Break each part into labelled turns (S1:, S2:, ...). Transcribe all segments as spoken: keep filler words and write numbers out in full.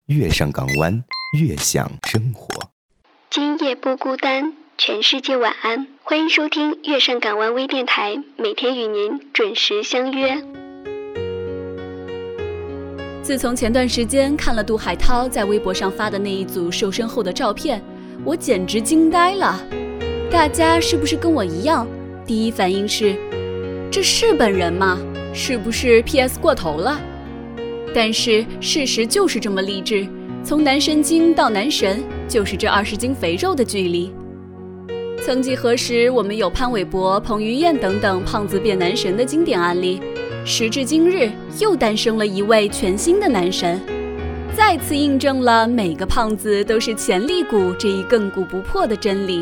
S1: 月上港湾，悦享生活。
S2: 今夜不孤单，全世界晚安。欢迎收听月上港湾微电台，每天与您准时相约。
S3: 自从前段时间看了杜海涛在微博上发的那一组瘦身后的照片，我简直惊呆了。大家是不是跟我一样，第一反应是，这是本人吗？是不是 P S 过头了？但是事实就是这么励志，从男神经到男神，就是这二十斤肥肉的距离。曾几何时，我们有潘玮柏、彭于晏等等胖子变男神的经典案例，时至今日，又诞生了一位全新的男神，再次印证了每个胖子都是潜力股这一亘古不破的真理。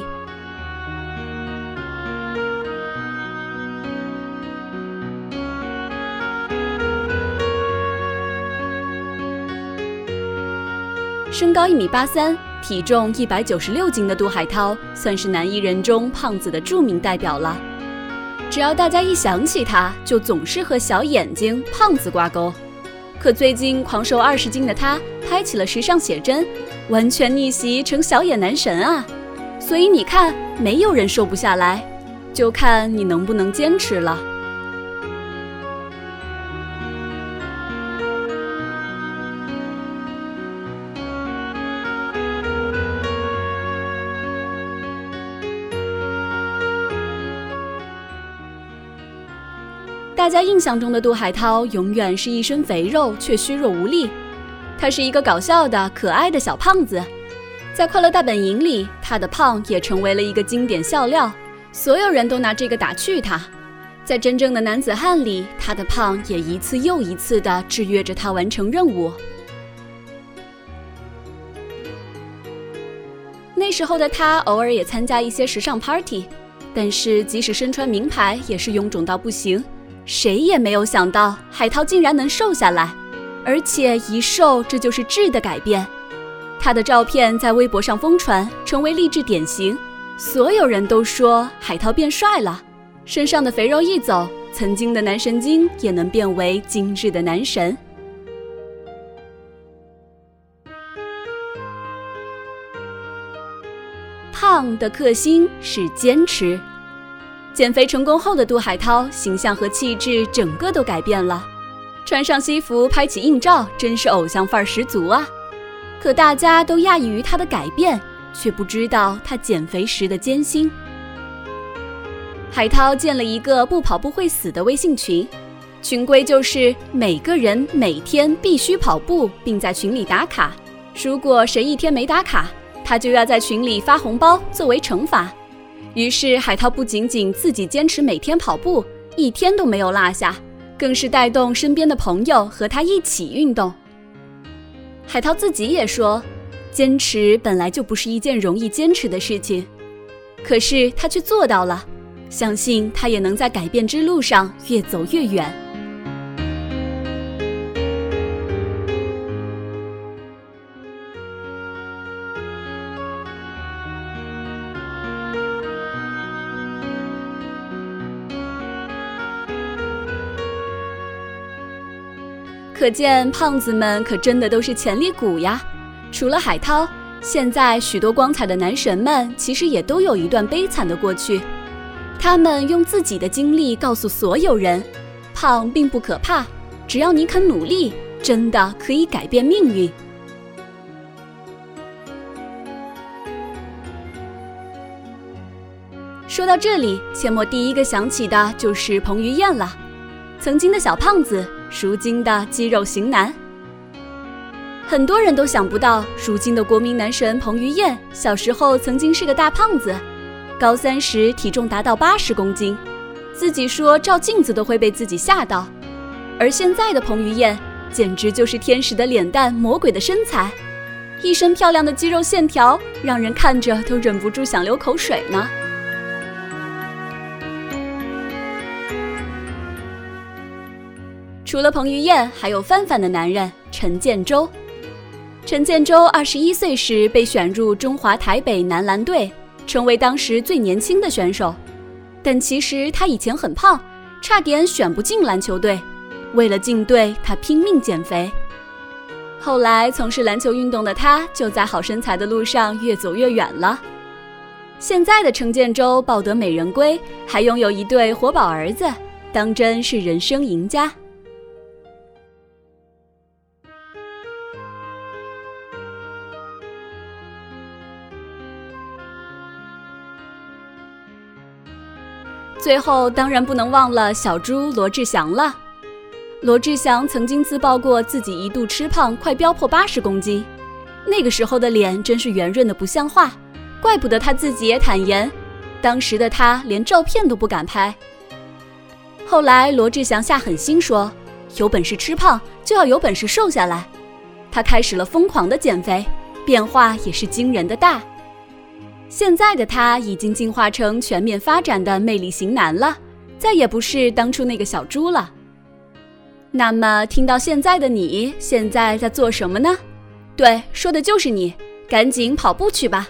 S3: 身高一米八三，体重一百九十六斤的杜海涛，算是男艺人中胖子的著名代表了。只要大家一想起他，就总是和小眼睛、胖子挂钩。可最近狂瘦二十斤的他，拍起了时尚写真，完全逆袭成小眼男神啊！所以你看，没有人瘦不下来，就看你能不能坚持了。大家印象中的杜海涛永远是一身肥肉却虚弱无力，他是一个搞笑的可爱的小胖子。在快乐大本营里，他的胖也成为了一个经典笑料，所有人都拿这个打趣他。在真正的男子汉里，他的胖也一次又一次地制约着他完成任务。那时候的他偶尔也参加一些时尚 party， 但是即使身穿名牌也是臃肿到不行。谁也没有想到海涛竟然能瘦下来，而且一瘦这就是质的改变。他的照片在微博上疯传，成为励志典型，所有人都说海涛变帅了，身上的肥肉一走，曾经的男神经也能变为今日的男神。胖的克星是坚持。减肥成功后的杜海涛形象和气质整个都改变了，穿上西服拍起硬照，真是偶像范儿十足啊！可大家都讶异于他的改变，却不知道他减肥时的艰辛。海涛建了一个不跑步会死的微信群，群规就是每个人每天必须跑步，并在群里打卡，如果谁一天没打卡，他就要在群里发红包作为惩罚。于是海涛不仅仅自己坚持每天跑步，一天都没有落下，更是带动身边的朋友和他一起运动。海涛自己也说，坚持本来就不是一件容易坚持的事情，可是他却做到了，相信他也能在改变之路上越走越远。可见胖子们可真的都是潜力股呀！除了海涛，现在许多光彩的男神们其实也都有一段悲惨的过去。他们用自己的经历告诉所有人，胖并不可怕，只要你肯努力，真的可以改变命运。说到这里，切莫第一个想起的就是彭于晏了。曾经的小胖子，如今的肌肉型男。很多人都想不到，如今的国民男神彭于晏小时候曾经是个大胖子，高三时体重达到八十公斤，自己说照镜子都会被自己吓到。而现在的彭于晏简直就是天使的脸蛋，魔鬼的身材，一身漂亮的肌肉线条，让人看着都忍不住想流口水呢。除了彭于晏，还有范范的男人陈建州。陈建州二十一岁时被选入中华台北男篮队，成为当时最年轻的选手。但其实他以前很胖，差点选不进篮球队。为了进队，他拼命减肥。 后来从事篮球运动的他，就在好身材的路上越走越远了。现在的程建州抱得美人归，还拥有一对活宝儿子，当真是人生赢家。最后当然不能忘了小猪罗志祥了。罗志祥曾经自曝过自己一度吃胖，快飙破八十公斤，那个时候的脸真是圆润的不像话，怪不得他自己也坦言，当时的他连照片都不敢拍。后来罗志祥下狠心说，有本事吃胖就要有本事瘦下来，他开始了疯狂的减肥，变化也是惊人的大。现在的他已经进化成全面发展的魅力型男了，再也不是当初那个小猪了。那么听到现在的你，现在在做什么呢？对，说的就是你，赶紧跑步去吧。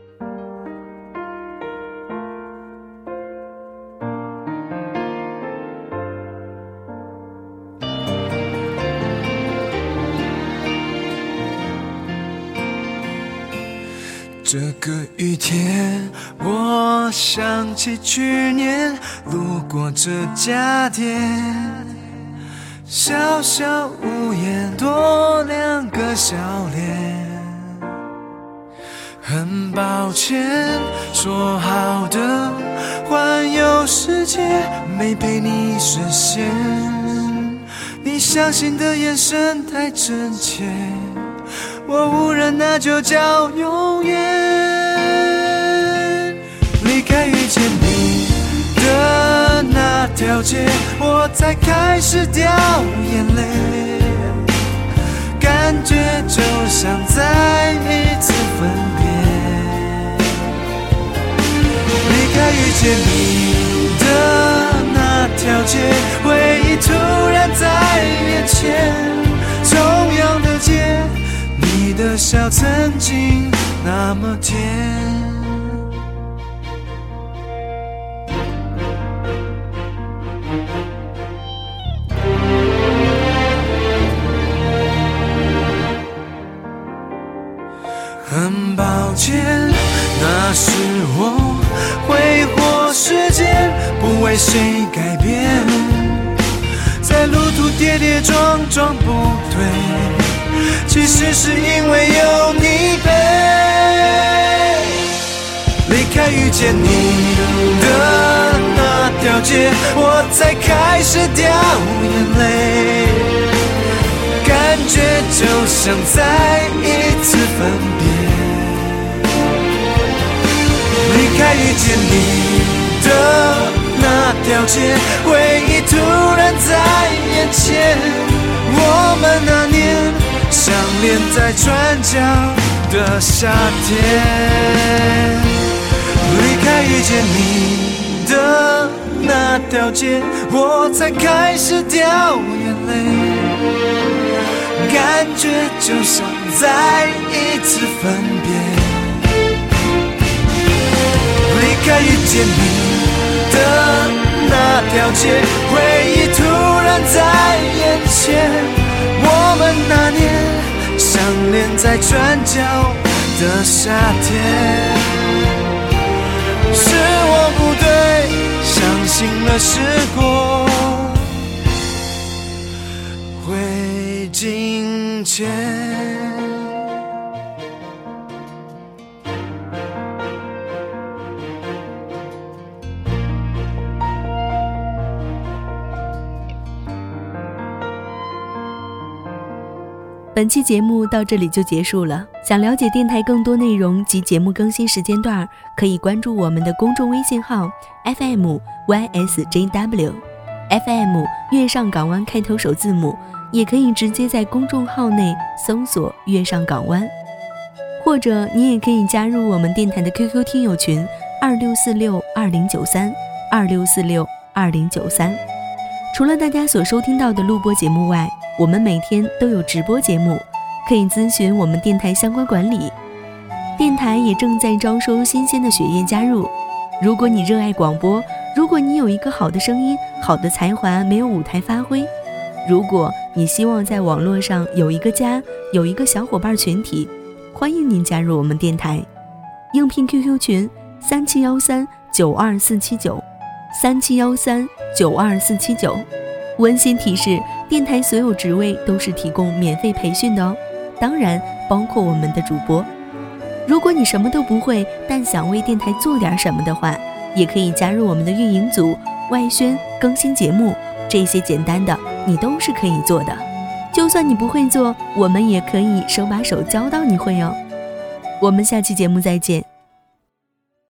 S4: 这个雨天，我想起去年路过这家店，小小屋檐多两个笑脸。很抱歉，说好的环游世界没陪你实现，你相信的眼神太真切，我无人那就叫永远。离开遇见你的那条街，我才开始掉眼泪，感觉就像再一次分别。离开遇见你的那条街，回忆突然在眼前，同样的街，你的笑曾经那么甜。很抱歉，那是我挥霍时间，不为谁改变，在路途跌跌撞撞不退，其实是因为有你陪。离开遇见你的那条街，我才开始掉眼泪，感觉就像再一次分别。离开遇见你的那条街，回忆突然在眼前，我们那年相恋在转角的夏天。离开遇见你的那条街，我才开始掉眼泪，感觉就像再一次分别。离开遇见你的那条街，回忆突然在眼前，我们那年相恋在转角的夏天。是我不对，相信了时过会金钱。
S5: 本期节目到这里就结束了。想了解电台更多内容及节目更新时间段，可以关注我们的公众微信号 F M Y S J W F M 月上港湾开头首字母，也可以直接在公众号内搜索月上港湾，或者你也可以加入我们电台的 Q Q 听友群二六四六二零九三二六四六二零九三。除了大家所收听到的录播节目外，我们每天都有直播节目，可以咨询我们电台相关管理。电台也正在招收新鲜的血液加入。如果你热爱广播，如果你有一个好的声音、好的才华没有舞台发挥， 如果你希望在网络上有一个家，有一个小伙伴群体，欢迎您加入我们电台。应聘 Q Q 群三七幺三九二四七九，三七幺三九二四七九。温馨提示，电台所有职位都是提供免费培训的哦，当然包括我们的主播。如果你什么都不会，但想为电台做点什么的话，也可以加入我们的运营组、外宣、更新节目，这些简单的你都是可以做的。就算你不会做，我们也可以手把手教到你会哦。我们下期节目再见。